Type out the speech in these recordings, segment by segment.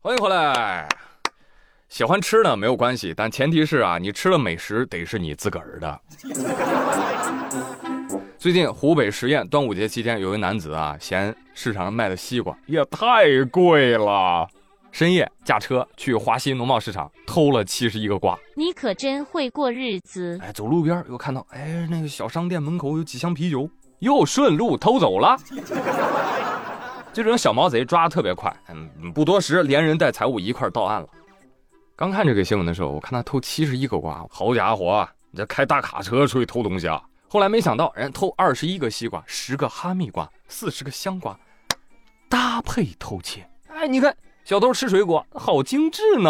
欢迎回来。喜欢吃呢没有关系，但前提是啊，你吃的美食得是你自个儿的。最近湖北十堰端午节期间，有一男子啊，嫌市场上卖的西瓜也太贵了，深夜驾车去华西农贸市场偷了71个瓜。 你可真会过日子。 走路边又看到那个小商店门口有几箱啤酒，又顺路偷走了。这种小毛贼抓得特别快，不多时连人带财物一块到案了。刚看这个新闻的时候，我看他偷71个瓜，好家伙啊，你这开大卡车出去偷东西啊！后来没想到人偷21个西瓜，10个哈密瓜，40个香瓜，搭配偷窃。你看小偷吃水果好精致呢。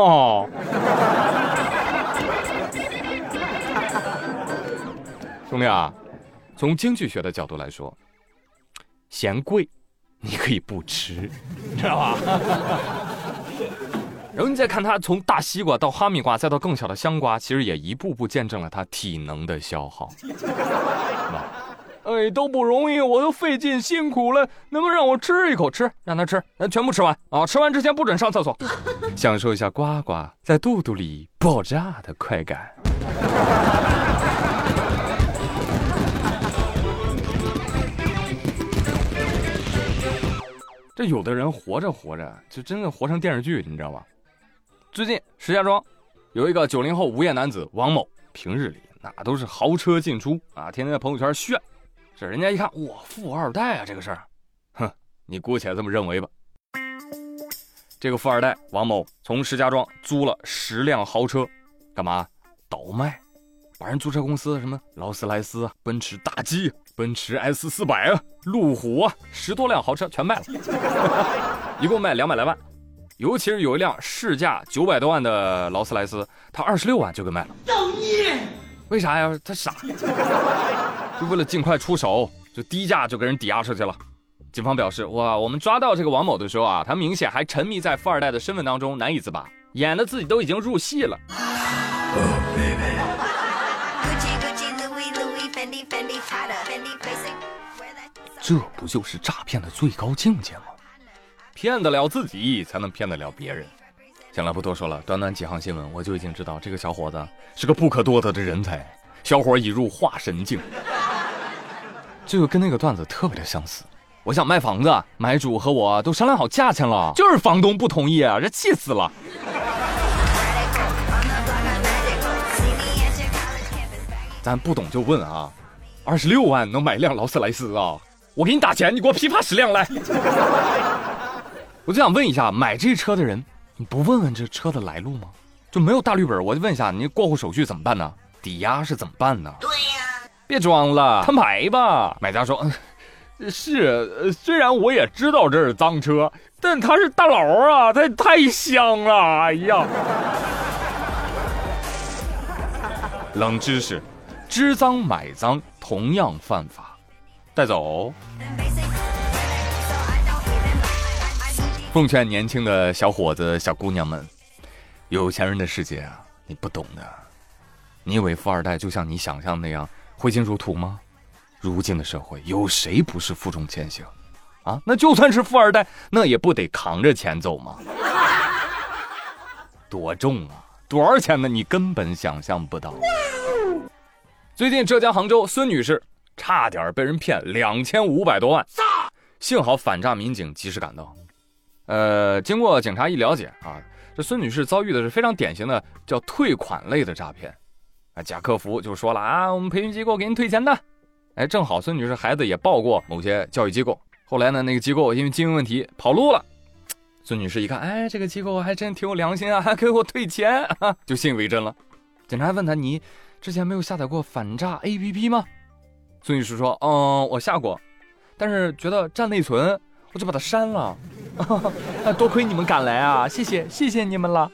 兄弟啊，从经济学的角度来说，嫌贵你可以不吃，知道吧？然后你再看他从大西瓜到哈密瓜再到更小的香瓜，其实也一步步见证了他体能的消耗。都不容易，我都费劲辛苦了，能不能让我吃一口？吃，让他吃，全部吃完啊！吃完之前不准上厕所，享受一下呱呱在肚肚里爆炸的快感。这有的人活着活着就真的活成电视剧，你知道吗？最近石家庄有一个90后无业男子王某，平日里那都是豪车进出啊，天天在朋友圈炫。这人家一看，哇，富二代啊，这个事儿，你姑且这么认为吧。这个富二代王某从石家庄租了10辆豪车，干嘛？倒卖，把人租车公司什么劳斯莱斯啊、奔驰大 G、奔驰 S400啊、路虎啊，10多辆豪车全卖了，一共卖200来万。尤其是有一辆市价900多万的劳斯莱斯，他26万就给卖了。造孽！为啥呀？他傻，就为了尽快出手，就低价就给人抵押出去了。警方表示，哇，我们抓到这个王某的时候啊，他明显还沉迷在富二代的身份当中，难以自拔，演的自己都已经入戏了。这不就是诈骗的最高境界吗？骗得了自己，才能骗得了别人。行了，不多说了，短短几行新闻，我就已经知道这个小伙子是个不可多得的人才。小伙已入化神境，这个跟那个段子特别的相似。我想卖房子，买主和我都商量好价钱了，就是房东不同意啊，这气死了。咱不懂就问啊，26万能买辆劳斯莱斯啊？我给你打钱，你给我批发10辆来。我就想问一下，买这车的人，你不问问这车的来路吗？就没有大绿本，我就问一下，你过户手续怎么办呢？抵押是怎么办呢？对呀，别装了，摊牌吧。买家说，是，虽然我也知道这是脏车，但它是大佬啊，它太香了，哎呀。冷知识，知赃买赃同样犯法，带走。奉劝年轻的小伙子小姑娘们，有钱人的世界啊，你不懂的。你以为富二代就像你想象那样挥金如土吗？如今的社会有谁不是负重前行啊？那就算是富二代，那也不得扛着钱走吗？多重啊，多少钱呢？你根本想象不到。最近浙江杭州孙女士差点被人骗2500多万，幸好反诈民警及时赶到。经过警察一了解啊，这孙女士遭遇的是非常典型的叫退款类的诈骗。假客服就说了啊，我们培训机构给您退钱的。正好孙女士孩子也报过某些教育机构，后来呢，那个机构因为经营问题跑路了。孙女士一看，这个机构还真挺有良心啊，还给我退钱啊，就信以为真了。警察问他，你之前没有下载过反诈 APP 吗？孙女士说，我下过，但是觉得占内存，我就把它删了。多亏你们赶来啊，谢谢你们了。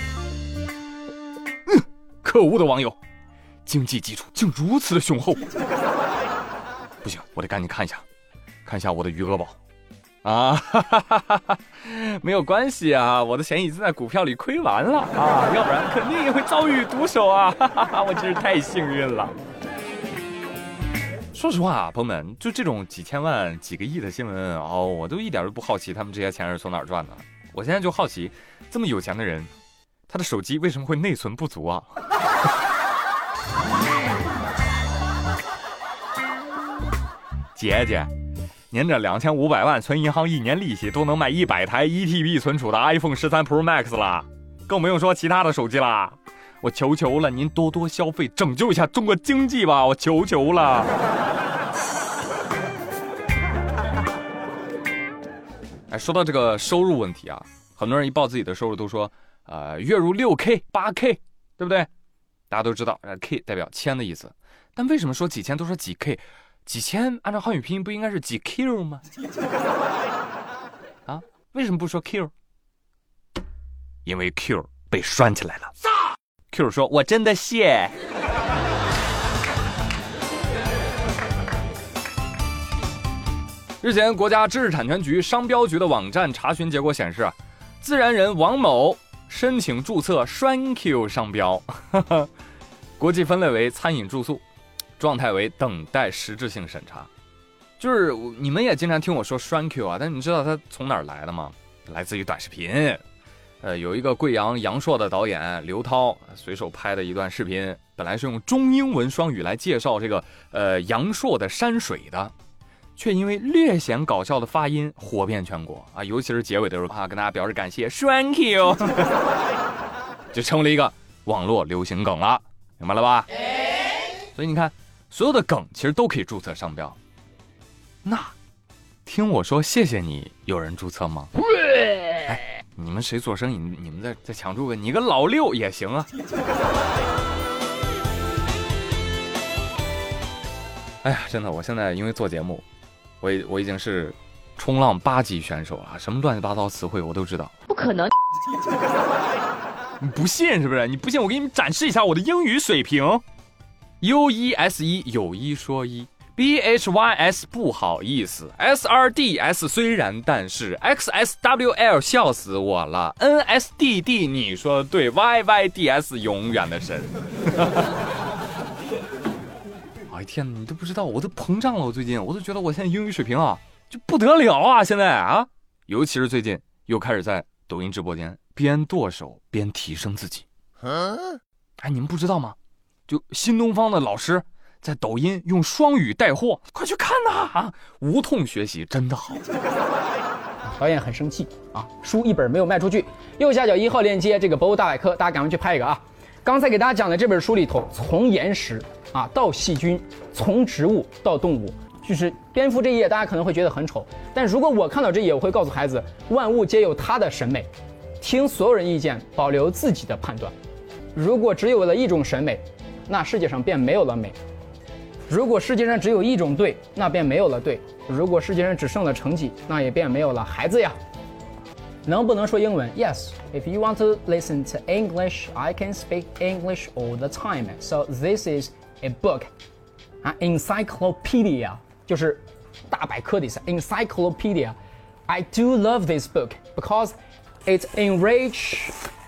可恶的网友，经济基础竟如此的雄厚。不行，我得赶紧看一下我的余额宝啊。没有关系啊，我的钱已经在股票里亏完了啊，要不然肯定也会遭遇毒手啊。我真是太幸运了。说实话，朋友们，就这种几千万、几个亿的新闻我都一点都不好奇他们这些钱是从哪儿赚的。 我现在就好奇，这么有钱的人，他的手机为什么会内存不足啊？姐姐，您这2500万存银行1年利息都能买100台 1TB 存储的 iPhone 13 Pro Max 了，更不用说其他的手机啦。我求求了，您多多消费，拯救一下中国经济吧，我求求了。哎，说到这个收入问题啊，很多人一报自己的收入都说，月入6K、8K， 对不对？大家都知道，K 代表千的意思，但为什么说几千都说几 K？ 几千按照汉语拼音不应该是几 Q 吗？啊，为什么不说 Q？ 因为 Q 被拴起来了。Q 说：“我真的谢。”日前，国家知识产权局商标局的网站查询结果显示，自然人王某申请注册栓 Q 商标，国际分类为餐饮住宿，状态为等待实质性审查。就是你们也经常听我说栓 Q 啊，但你知道它从哪儿来的吗？来自于短视频。有一个贵阳阳朔的导演刘涛随手拍的一段视频，本来是用中英文双语来介绍这个阳朔的山水的，却因为略显搞笑的发音火遍全国啊！尤其是结尾的时候啊，跟大家表示感谢 ，Thank you， 就成了一个网络流行梗了，明白了吧？所以你看，所有的梗其实都可以注册商标。那听我说谢谢你，有人注册吗？哎，你们谁做生意？你们再抢注个，你个老六也行啊。哎呀，真的，我现在因为做节目，我已经是冲浪8级选手了，什么乱七八糟词汇我都知道。 不可能！ 你不信是不是？你不信，我给你们展示一下我的英语水平。UESE 有一说一。BHYS 不好意思 ，SRDS 虽然但是 ，XSWL 笑死我了 ，NSDD 你说对 ，YYDS 永远的神。哎天哪，你都不知道，我都膨胀了，我最近我都觉得我现在英语水平啊就不得了啊，现在啊，尤其是最近又开始在抖音直播间边剁手边提升自己。哎，你们不知道吗？就新东方的老师。在抖音用双语带货，快去看呐！啊，无痛学习真的好。 导演很生气啊，书一本没有卖出去。右下角1号链接这个博物大百科，大家赶快去拍一个啊！刚才给大家讲的这本书里头，从岩石啊到细菌，从植物到动物，就是蝙蝠这一页大家可能会觉得很丑，但如果我看到这一页，我会告诉孩子，万物皆有它的审美，听所有人意见，保留自己的判断。如果只有了一种审美，那世界上便没有了美。如果世界上只有一种对，那便没有了对；如果世界上只剩了成绩，那也便没有了孩子呀。能不能说英文 ？Yes, if you want to listen to English, I can speak English all the time. So this is a book, encyclopedia, 就是大百科的意思 encyclopedia. I do love this book because it enriches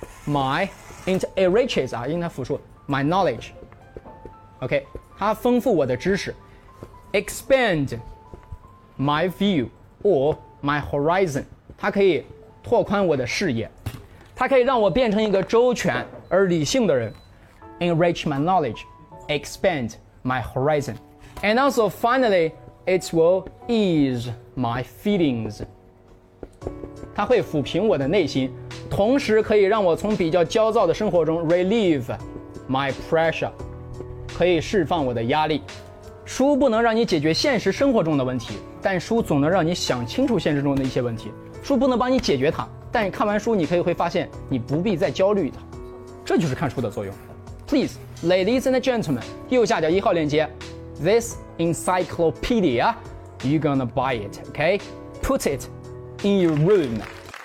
应该复数 my knowledge. OK.它丰富我的知识 ，expand my view or my horizon， 它可以拓宽我的视野，它可以让我变成一个周全而理性的人 ，enrich my knowledge, expand my horizon, and also finally it will ease my feelings。它会抚平我的内心，同时可以让我从比较焦躁的生活中 relieve my pressure。可以释放我的压力。书不能让你解决现实生活中的问题，但书总能让你想清楚现实中的一些问题。书不能帮你解决它，但看完书你会发现你不必再焦虑它。这就是看书的作用。Please, ladies and gentlemen， 右下角1号链接 ，This encyclopedia, you're gonna buy it, okay? Put it in your room。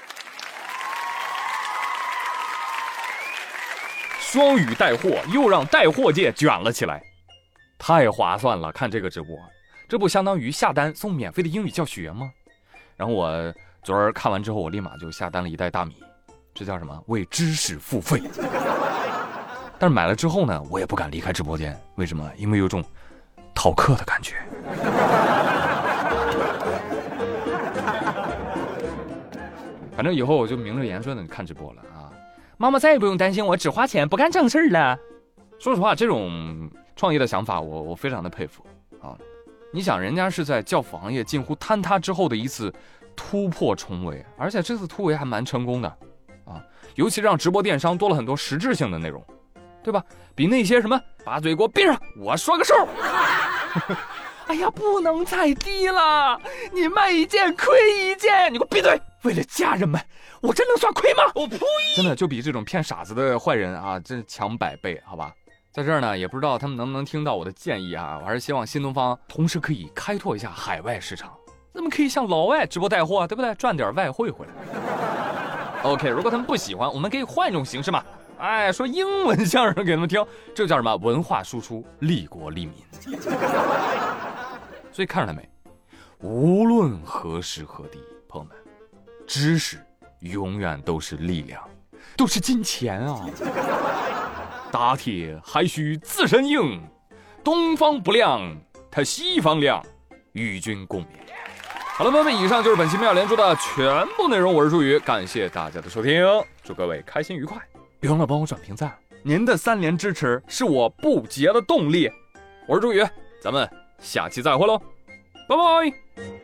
双语带货又让带货界卷了起来，太划算了！看这个直播，这不相当于下单送免费的英语教学吗？然后我昨儿看完之后，我立马就下单了1袋大米，这叫什么？为知识付费。但是买了之后呢，我也不敢离开直播间，为什么？因为有种逃课的感觉。 反正以后我就明着言说的看直播了啊。妈妈再也不用担心我只花钱不干正事了。说实话，这种创业的想法我非常的佩服啊！你想，人家是在教辅行业近乎坍塌之后的一次突破重围，而且这次突围还蛮成功的啊！尤其让直播电商多了很多实质性的内容，对吧？比那些什么把嘴给我闭上，我说个数。哎呀，不能再低了！你卖一件亏一件，你给我闭嘴！为了家人们，我真能算亏吗？我呸！真的就比这种骗傻子的坏人啊，真强100倍，好吧？在这儿呢，也不知道他们能不能听到我的建议啊。我还是希望新东方同时可以开拓一下海外市场，那么可以向老外直播带货，对不对？赚点外汇回来。OK， 如果他们不喜欢，我们可以换一种形式嘛。哎，说英文相声给他们听，这叫什么？文化输出，利国利民。所以看出来没？无论何时何地，朋友们，知识永远都是力量，都是金钱啊！打铁还需自身硬，东方不亮，它西方亮，与君共勉。好了，朋友们，以上就是本期妙语连珠的全部内容，我是朱宇，感谢大家的收听，祝各位开心愉快。别忘了帮我转评赞，您的3连支持是我不竭的动力。我是朱宇，咱们下期再会喽，拜拜。